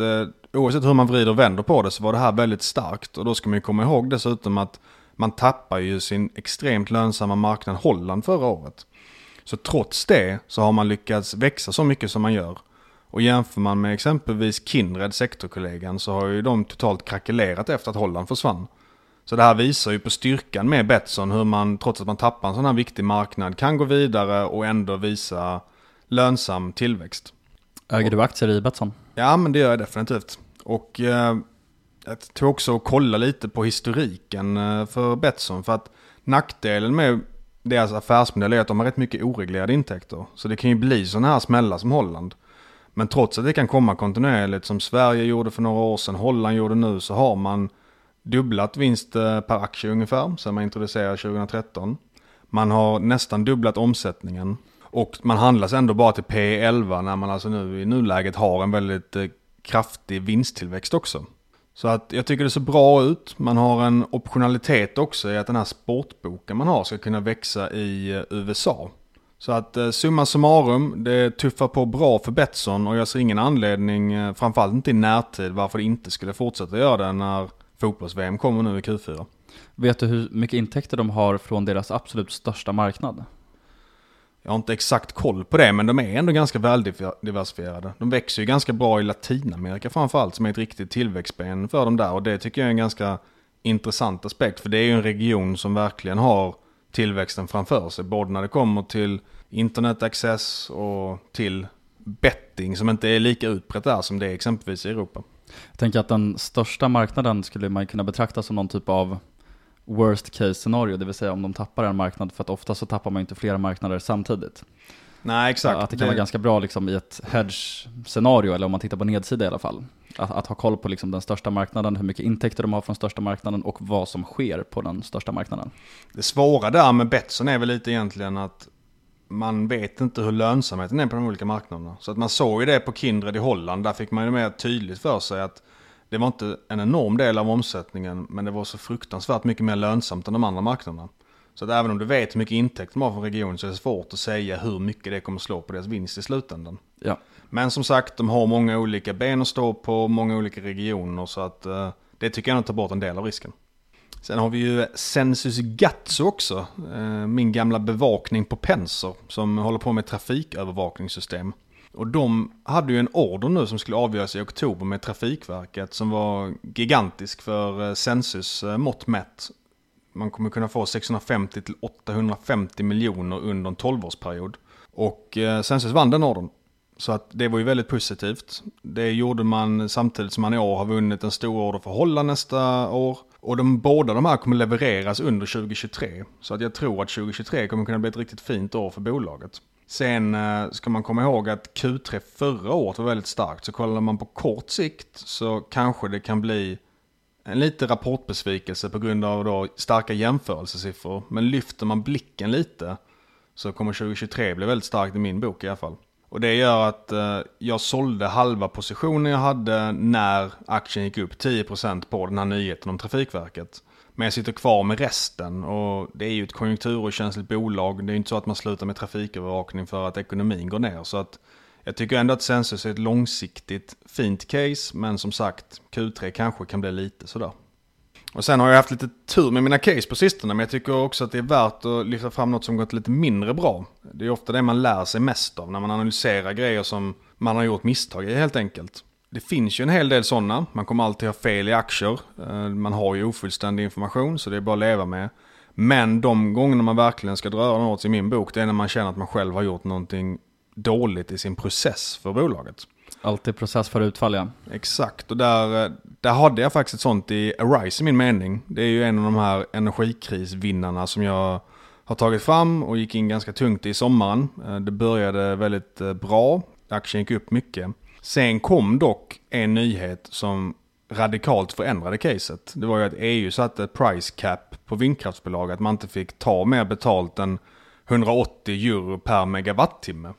oavsett hur man vrider och vänder på det så var det här väldigt starkt. Och då ska man ju komma ihåg dessutom att man tappar ju sin extremt lönsamma marknad Holland förra året. Så trots det så har man lyckats växa så mycket som man gör. Och jämför man med exempelvis Kindred, sektorkollegan, så har ju de totalt krackelerat efter att Holland försvann. Så det här visar ju på styrkan med Betsson, hur man trots att man tappar en sån här viktig marknad kan gå vidare och ändå visa lönsam tillväxt. Äger du aktier i Betsson? Ja, men det gör jag definitivt. Och eh, jag tog också och kolla lite på historiken eh, för Betsson, för att nackdelen med deras affärsmodell är att de har rätt mycket oreglerade intäkter. Så det kan ju bli sådana här smällar som Holland. Men trots att det kan komma kontinuerligt som Sverige gjorde för några år sedan, Holland gjorde nu, så har man dubblat vinst per aktie ungefär sedan man introducerade tjugohundratretton. Man har nästan dubblat omsättningen och man handlas ändå bara till P elva när man alltså nu i nuläget har en väldigt eh, kraftig vinsttillväxt också. Så att jag tycker det ser bra ut. Man har en optionalitet också i att den här sportboken man har ska kunna växa i eh, U S A. Så att eh, summa summarum, det tuffar på bra för Betsson och jag ser ingen anledning, eh, framförallt inte i närtid, varför det inte skulle fortsätta göra det när fotbolls-V M kommer nu i Q fyra. Vet du hur mycket intäkter de har från deras absolut största marknad? Jag har inte exakt koll på det, men de är ändå ganska väldiversifierade. De växer ju ganska bra i Latinamerika framförallt, som är ett riktigt tillväxtben för dem där. Och det tycker jag är en ganska intressant aspekt, för det är ju en region som verkligen har tillväxten framför sig. Både när det kommer till internet access och till betting som inte är lika utbrett där som det är exempelvis i Europa. Jag tänker att den största marknaden skulle man kunna betrakta som någon typ av worst case scenario, det vill säga om de tappar en marknad, för att ofta så tappar man inte flera marknader samtidigt. Nej, exakt. Att det kan det... vara ganska bra liksom, i ett hedge-scenario, eller om man tittar på nedsida i alla fall. Att, att ha koll på liksom, den största marknaden, hur mycket intäkter de har från största marknaden och vad som sker på den största marknaden. Det svåra där med Betsson är väl lite egentligen att man vet inte hur lönsamheten är på de olika marknaderna. Så att man såg ju det på Kindred i Holland, där fick man ju mer tydligt för sig att det var inte en enorm del av omsättningen, men det var så fruktansvärt mycket mer lönsamt än de andra marknaderna. Så att även om du vet hur mycket intäkt de har från regionen så är det svårt att säga hur mycket det kommer slå på deras vinst i slutändan. Ja. Men som sagt, de har många olika ben att stå på, många olika regioner, så att uh, det tycker jag nog tar bort en del av risken. Sen har vi ju Sensus Gatso också, uh, min gamla bevakning på Penser som håller på med trafikövervakningssystem. Och de hade ju en order nu som skulle avgöras i oktober med Trafikverket som var gigantisk för Sensus mått mätt. Man kommer kunna få sexhundrafemtio till åttahundrafemtio miljoner under en tolvårsperiod. Och Sensus vann den ordern. Så att det var ju väldigt positivt. Det gjorde man samtidigt som man i år har vunnit en stor order för Holland nästa år. Och de båda de här kommer levereras under tjugohundratjugotre. Så att jag tror att tjugohundratjugotre kommer kunna bli ett riktigt fint år för bolaget. Sen ska man komma ihåg att Q tre förra året var väldigt starkt. Så kollar man på kort sikt så kanske det kan bli en lite rapportbesvikelse på grund av då starka jämförelsesiffror. Men lyfter man blicken lite så kommer tjugohundratjugotre bli väldigt starkt i min bok i alla fall. Och det gör att eh, jag sålde halva positionen jag hade när aktien gick upp tio procent på den här nyheten om Trafikverket. Men jag sitter kvar med resten och det är ju ett konjunkturokänsligt bolag. Det är ju inte så att man slutar med trafikövervakning för att ekonomin går ner. Så att jag tycker ändå att Sensus är ett långsiktigt fint case, men som sagt Q tre kanske kan bli lite sådär. Och sen har jag haft lite tur med mina case på sistone, men jag tycker också att det är värt att lyfta fram något som gått lite mindre bra. Det är ofta det man lär sig mest av när man analyserar grejer som man har gjort misstag i helt enkelt. Det finns ju en hel del sådana. Man kommer alltid ha fel i aktier. Man har ju ofullständig information så det är bara att leva med. Men de gångerna man verkligen ska dra något i min bok, det är när man känner att man själv har gjort någonting dåligt i sin process för bolaget. Alltid process för utfall, ja. Exakt, och där, där hade jag faktiskt ett sånt i Arise i min mening. Det är ju en av de här energikrisvinnarna som jag har tagit fram och gick in ganska tungt i sommaren. Det började väldigt bra, aktien gick upp mycket. Sen kom dock en nyhet som radikalt förändrade caset. Det var ju att E U satte ett price cap på vindkraftsbolag, att man inte fick ta mer betalt än hundraåttio euro per megawattimme.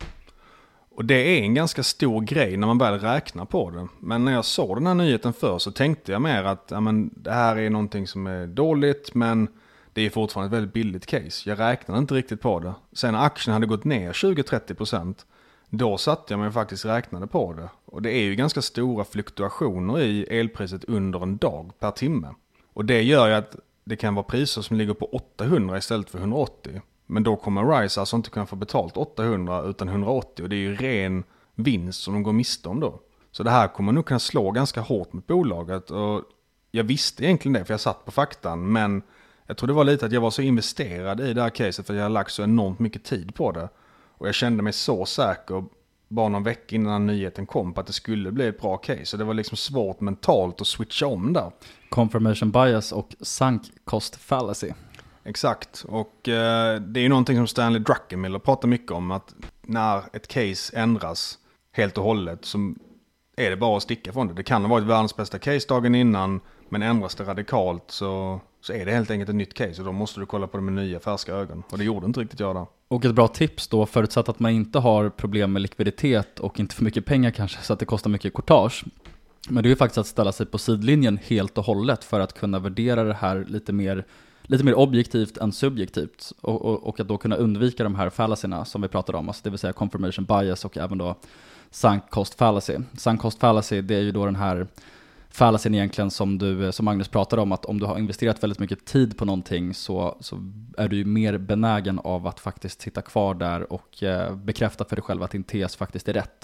Och det är en ganska stor grej när man väl räknar på det. Men när jag såg den här nyheten för så tänkte jag mer att ja, men, det här är någonting som är dåligt, men det är fortfarande ett väldigt billigt case. Jag räknade inte riktigt på det. Sen när aktien hade gått ner tjugo till trettio procent, Då satt jag mig faktiskt räknade på det. Och det är ju ganska stora fluktuationer i elpriset under en dag per timme. Och det gör ju att det kan vara priser som ligger på åttahundra istället för hundraåttio. Men då kommer Rise alltså inte kunna få betalt åttahundra utan hundraåttio. Och det är ju ren vinst som de går miste om då. Så det här kommer nog kunna slå ganska hårt mot bolaget. Och jag visste egentligen det för jag satt på faktan. Men jag tror det var lite att jag var så investerad i det här caset för att jag hade lagt så enormt mycket tid på det. Och jag kände mig så säker bara någon vecka innan nyheten kom på att det skulle bli ett bra case. Så det var liksom svårt mentalt att switcha om där. Confirmation bias och sunk cost fallacy. Exakt, och eh, det är ju någonting som Stanley Druckenmiller pratar mycket om, att när ett case ändras helt och hållet så är det bara att sticka från det. Det kan ha varit världens bästa case dagen innan, men ändras det radikalt så, så är det helt enkelt ett nytt case och då måste du kolla på det med nya färska ögon. Och det gjorde inte riktigt jag där. Och ett bra tips då, förutsatt att man inte har problem med likviditet och inte för mycket pengar kanske så att det kostar mycket courtage. Men det är ju faktiskt att ställa sig på sidlinjen helt och hållet för att kunna värdera det här lite mer lite mer objektivt än subjektivt och, och, och att då kunna undvika de här fallacyerna som vi pratade om, alltså det vill säga confirmation bias och även då sunk cost fallacy. Sunk cost fallacy, det är ju då den här fallacyn egentligen som du som Magnus pratade om, att om du har investerat väldigt mycket tid på någonting så, så är du ju mer benägen av att faktiskt sitta kvar där och eh, bekräfta för dig själv att din tes faktiskt är rätt.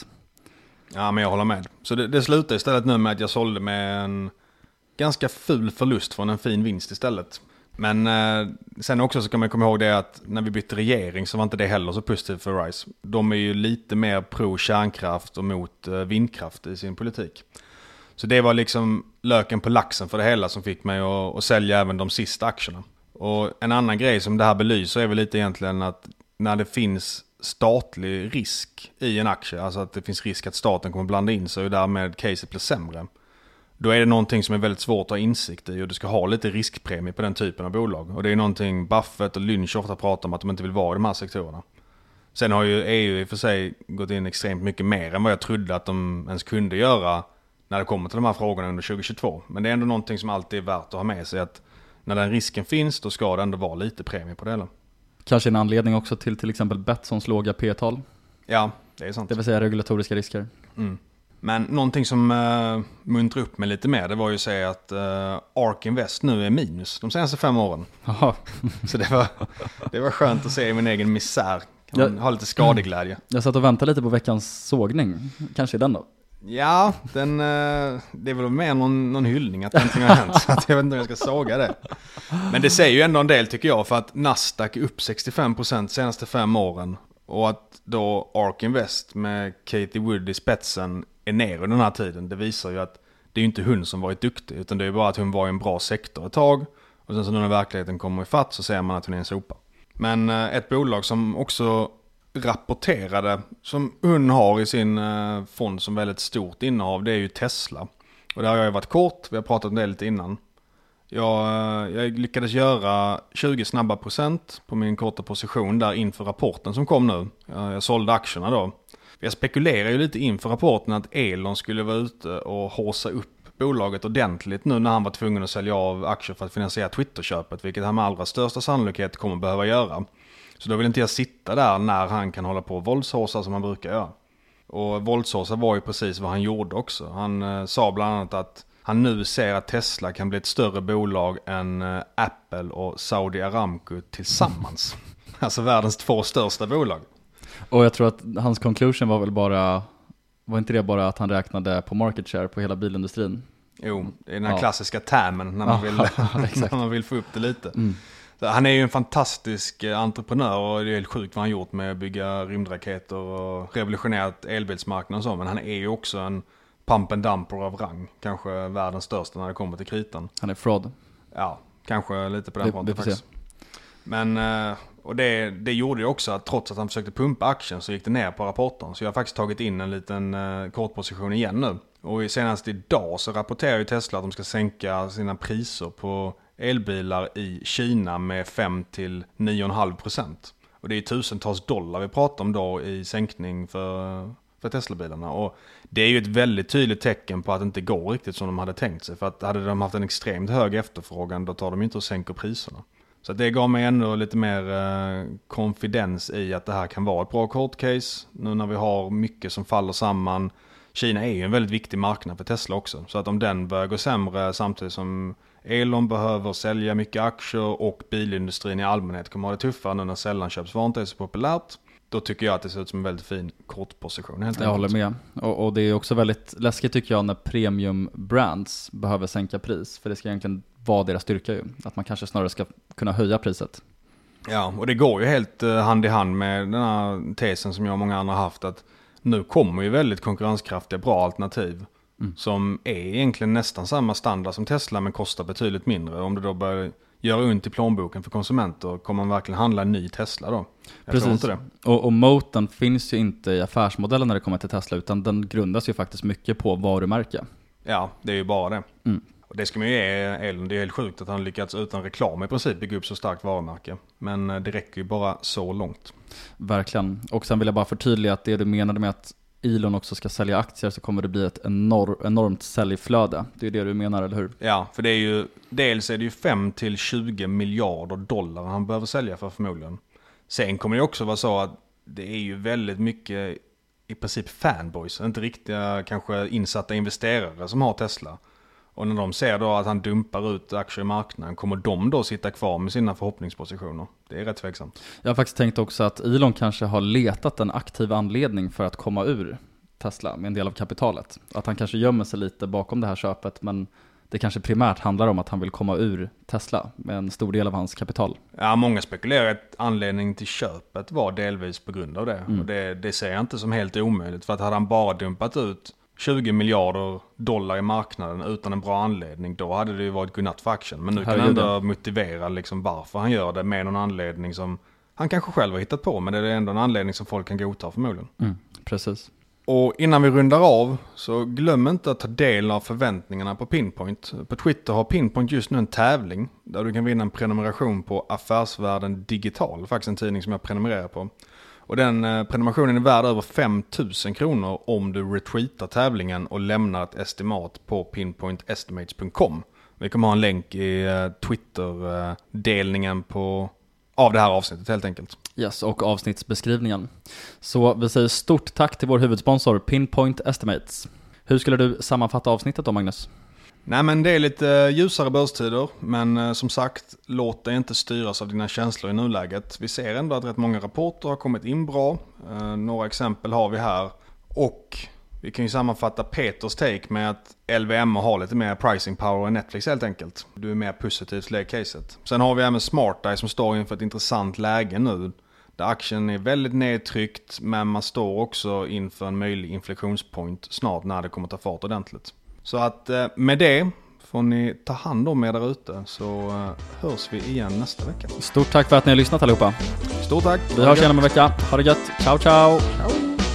Ja, men jag håller med. Så det, det slutar istället nu med att jag sålde med en ganska ful förlust från en fin vinst istället. Men eh, sen också så kan man komma ihåg det att när vi bytte regering så var inte det heller så positivt för Rise. De är ju lite mer pro kärnkraft och mot eh, vindkraft i sin politik. Så det var liksom löken på laxen för det hela som fick mig att, att sälja även de sista aktierna. Och en annan grej som det här belyser är väl lite egentligen att när det finns statlig risk i en aktie, alltså att det finns risk att staten kommer blanda in sig och därmed caset blir sämre. Då är det någonting som är väldigt svårt att ha insikt i och du ska ha lite riskpremie på den typen av bolag. Och det är någonting Buffett och Lynch ofta pratar om att de inte vill vara i de här sektorerna. Sen har ju E U i och för sig gått in extremt mycket mer än vad jag trodde att de ens kunde göra när det kommer till de här frågorna under tjugohundratjugotvå. Men det är ändå någonting som alltid är värt att ha med sig att när den risken finns då ska det ändå vara lite premie på det hela. Kanske en anledning också till till exempel Betssons låga P-tal. Ja, det är sant. Det vill säga regulatoriska risker. Mm. Men någonting som uh, muntrar upp mig lite mer, det var ju att säga att uh, Ark Invest nu är minus de senaste fem åren. Aha. Så det var, det var skönt att se i min egen misär. Kan man jag, ha lite skadeglädje. Jag satt och väntade lite på veckans sågning. Kanske den då? Ja, den, uh, det är väl mer någon, någon hyllning att någonting har hänt. Så att jag vet inte om jag ska såga det. Men det säger ju ändå en del tycker jag, för att Nasdaq är upp sextiofem procent de senaste fem åren. Och att då Ark Invest med Katie Wood i spetsen är ner under den här tiden, det visar ju att det är ju inte hon som varit duktig, utan det är bara att hon var i en bra sektor ett tag och sen så när verkligheten kommer i fatt så ser man att hon är en sopa. Men eh, ett bolag som också rapporterade, som hon har i sin eh, fond som väldigt stort innehav, det är ju Tesla. Och där har jag ju varit kort, vi har pratat om det lite innan. Jag, jag lyckades göra tjugo snabba procent på min korta position där inför rapporten som kom nu. Jag, jag sålde aktierna då. Jag spekulerar ju lite inför rapporten att Elon skulle vara ute och håsa upp bolaget ordentligt nu när han var tvungen att sälja av aktier för att finansiera Twitter-köpet, vilket han med allra största sannolikhet kommer behöva göra. Så då vill inte jag sitta där när han kan hålla på och våldshåsa som han brukar göra. Och våldshåsa var ju precis vad han gjorde också. Han eh, sa bland annat att han nu ser att Tesla kan bli ett större bolag än eh, Apple och Saudi Aramco tillsammans. Alltså världens två största bolag. Och jag tror att hans conclusion var väl bara, var inte det bara att han räknade på market share på hela bilindustrin? Jo, det är den här ja. klassiska termen när man, vill, när man vill få upp det lite. Mm. Så han är ju en fantastisk entreprenör och det är helt sjukt vad han gjort med att bygga rymdraketer och revolutionerat elbilsmarknaden och så. Men han är ju också en pump and dumper av rang. Kanske världens största när det kommer till kritan. Han är fraud. Ja, kanske lite på den fronten faktiskt. Se. Men, och det, det gjorde ju också att trots att han försökte pumpa aktien så gick det ner på rapporten. Så jag har faktiskt tagit in en liten uh, kortposition igen nu. Och senast idag så rapporterar ju Tesla att de ska sänka sina priser på elbilar i Kina med fem till nio komma fem procent. Och det är tusentals dollar vi pratar om då i sänkning för, för Tesla-bilarna. Och det är ju ett väldigt tydligt tecken på att det inte går riktigt som de hade tänkt sig. För att hade de haft en extremt hög efterfrågan då tar de inte och sänker priserna. Så det gav mig ändå lite mer eh, konfidens i att det här kan vara ett bra kortcase. Nu när vi har mycket som faller samman. Kina är ju en väldigt viktig marknad för Tesla också. Så att om den börjar gå sämre samtidigt som Elon behöver sälja mycket aktier och bilindustrin i allmänhet kommer ha det tuffare nu när sällanköpsvaror inte är så populärt. Då tycker jag att det ser ut som en väldigt fin kortposition. Helt jag håller med. Och, och det är också väldigt läskigt tycker jag när premium brands behöver sänka pris. För det ska egentligen vara deras styrka ju. Att man kanske snarare ska kunna höja priset. Ja, och det går ju helt uh, hand i hand med den här tesen som jag och många andra har haft. Att nu kommer ju väldigt konkurrenskraftiga, bra alternativ. Mm. Som är egentligen nästan samma standard som Tesla men kostar betydligt mindre. Om det då börjar göra ont i plånboken för konsumenter kommer man verkligen handla en ny Tesla då. Jag Precis. tror inte det. Och, och motorn finns ju inte i affärsmodellen när det kommer till Tesla utan den grundas ju faktiskt mycket på varumärke. Ja, det är ju bara det. Mm. Och det ska man ju ge Elon. Det är helt sjukt att han lyckats utan reklam i princip bygga upp så starkt varumärke. Men det räcker ju bara så långt. Verkligen. Och sen vill jag bara förtydliga att det du menade med att Elon också ska sälja aktier så kommer det bli ett enorm, enormt säljflöde. Det är det du menar, eller hur? Ja, för det är ju dels är det ju fem till tjugo miljarder dollar han behöver sälja för förmodligen. Sen kommer det också vara så att det är ju väldigt mycket i princip fanboys, inte riktiga kanske insatta investerare som har Tesla. Och när de ser då att han dumpar ut aktier i marknaden, kommer de då sitta kvar med sina förhoppningspositioner? Det är rätt tveksamt. Jag har faktiskt tänkt också att Elon kanske har letat en aktiv anledning för att komma ur Tesla med en del av kapitalet. Att han kanske gömmer sig lite bakom det här köpet, men det kanske primärt handlar om att han vill komma ur Tesla med en stor del av hans kapital. Ja, många spekulerar att anledningen till köpet var delvis på grund av det. Mm. Och det, det ser jag inte som helt omöjligt. För att hade han bara dumpat ut tjugo miljarder dollar i marknaden utan en bra anledning, då hade det ju varit godnatt för aktien. Men nu kan han ändå motivera liksom varför han gör det med någon anledning som han kanske själv har hittat på, men det är ändå en anledning som folk kan godta förmodligen. Mm, precis. Och innan vi rundar av så glöm inte att ta del av förväntningarna på Pinpoint. På Twitter har Pinpoint just nu en tävling där du kan vinna en prenumeration på Affärsvärlden Digital, faktiskt en tidning som jag prenumererar på. Och den eh, prenumerationen är värd över fem tusen kronor om du retweetar tävlingen och lämnar ett estimat på pinpoint estimates punkt com. Vi kommer ha en länk i eh, Twitter-delningen på, av det här avsnittet helt enkelt. Yes, och avsnittsbeskrivningen. Så vi säger stort tack till vår huvudsponsor Pinpoint Estimates. Hur skulle du sammanfatta avsnittet då, Magnus? Nej, men det är lite ljusare börstider, men eh, som sagt, låt dig inte styras av dina känslor i nuläget. Vi ser ändå att rätt många rapporter har kommit in bra. Eh, några exempel har vi här. Och vi kan ju sammanfatta Peters take med att L V M har lite mer pricing power än Netflix helt enkelt. Du är mer positiv till det caset. Sen har vi även SmartEye som står inför ett intressant läge nu. Där aktien är väldigt nedtryckt, men man står också inför en möjlig inflektionspoint snart när det kommer ta fart ordentligt. Så att med det får ni ta hand om er där ute, så hörs vi igen nästa vecka. Stort tack för att ni har lyssnat allihopa. Stort tack. Vi hörs igen om en vecka. Ha det gött. Ciao, ciao. Ciao.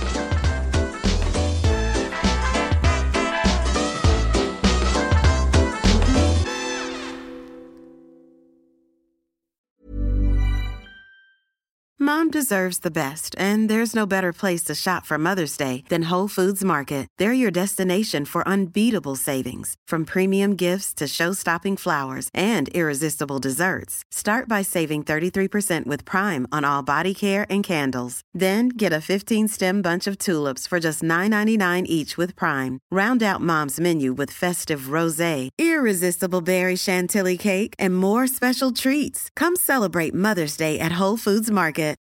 Mom deserves the best, and there's no better place to shop for Mother's Day than Whole Foods Market. They're your destination for unbeatable savings, from premium gifts to show-stopping flowers and irresistible desserts. Start by saving thirty-three percent with Prime on all body care and candles. Then get a fifteen-stem bunch of tulips for just nine ninety-nine each with Prime. Round out Mom's menu with festive rosé, irresistible berry chantilly cake, and more special treats. Come celebrate Mother's Day at Whole Foods Market.